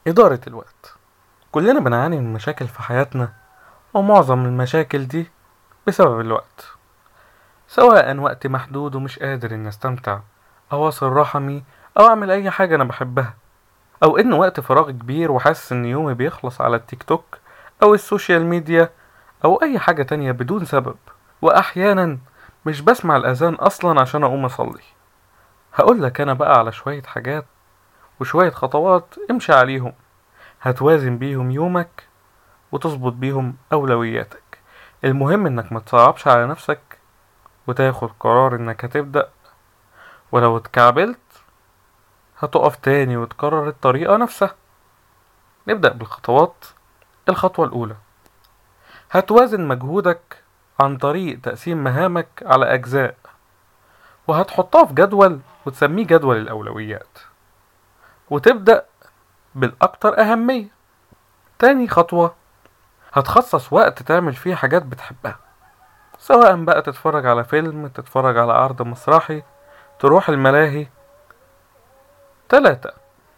إدارة الوقت. كلنا بنعاني من مشاكل في حياتنا، ومعظم المشاكل دي بسبب الوقت، سواء وقت محدود ومش قادر إني أستمتع أو أصل رحمي أو أعمل أي حاجة أنا بحبها، أو إن وقت فراغ كبير وحاسس إن يومي بيخلص على التيك توك أو السوشيال ميديا أو أي حاجة تانية بدون سبب. وأحيانا مش بسمع الأذان أصلا عشان أقوم أصلي. هقولك أنا بقى على شوية حاجات وشوية خطوات امشي عليهم، هتوازن بيهم يومك وتظبط بيهم أولوياتك. المهم إنك ما تصعبش على نفسك وتاخد قرار إنك هتبدأ، ولو اتكعبلت هتقف تاني وتكرر الطريقة نفسها. نبدأ بالخطوات. الخطوة الأولى، هتوازن مجهودك عن طريق تقسيم مهامك على أجزاء، وهتحطها في جدول وتسميه جدول الأولويات، وتبدأ بالأكثر أهمية. تاني خطوة، هتخصص وقت تعمل فيه حاجات بتحبها، سواء بقى تتفرج على فيلم، تتفرج على عرض مسرحي، تروح الملاهي. تلاتة،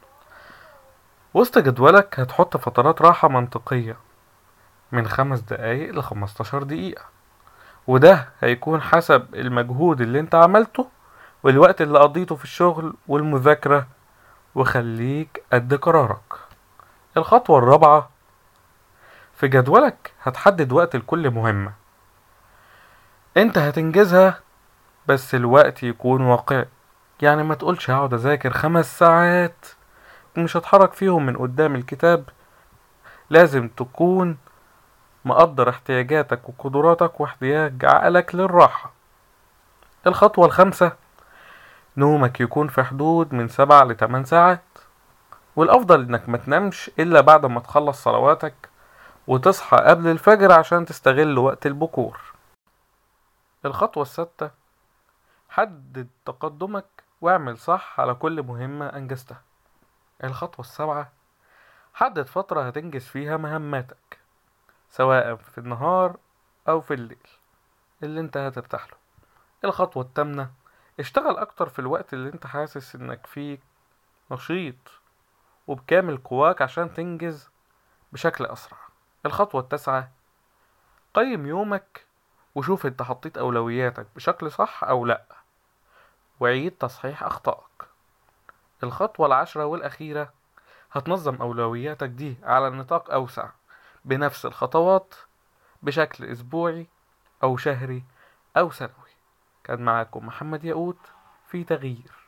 وسط جدولك هتحط فترات راحة منطقية من 5 دقايق ل15 دقيقة، وده هيكون حسب المجهود اللي انت عملته والوقت اللي قضيته في الشغل والمذاكرة، وخليك قد قرارك. الخطوة الرابعة، في جدولك هتحدد وقت لكل مهمة انت هتنجزها، بس الوقت يكون واقعي. يعني ما تقولش هقعد اذاكر 5 ساعات مش هتحرك فيهم من قدام الكتاب. لازم تكون مقدر احتياجاتك وقدراتك واحتياج عقلك للراحة. الخطوة الخامسة، نومك يكون في حدود من 7 ل8 ساعات، والأفضل إنك ما تنامش إلا بعد ما تخلص صلواتك وتصحى قبل الفجر عشان تستغل وقت البكور. الخطوة السادسة، حدد تقدمك واعمل صح على كل مهمة أنجزتها. الخطوة السابعة، حدد فترة هتنجز فيها مهماتك، سواء في النهار أو في الليل اللي انت هترتاح له. الخطوة التامنة، اشتغل أكتر في الوقت اللي انت حاسس إنك فيه نشيط وبكامل قواك عشان تنجز بشكل أسرع. الخطوة التاسعة، قيم يومك وشوف انت حطيت أولوياتك بشكل صح أو لأ، وعيد تصحيح أخطائك. الخطوة العاشرة والأخيرة، هتنظم أولوياتك دي على نطاق أوسع بنفس الخطوات بشكل أسبوعي أو شهري أو سنوي. كان معاكم محمد ياقوت في تغيير.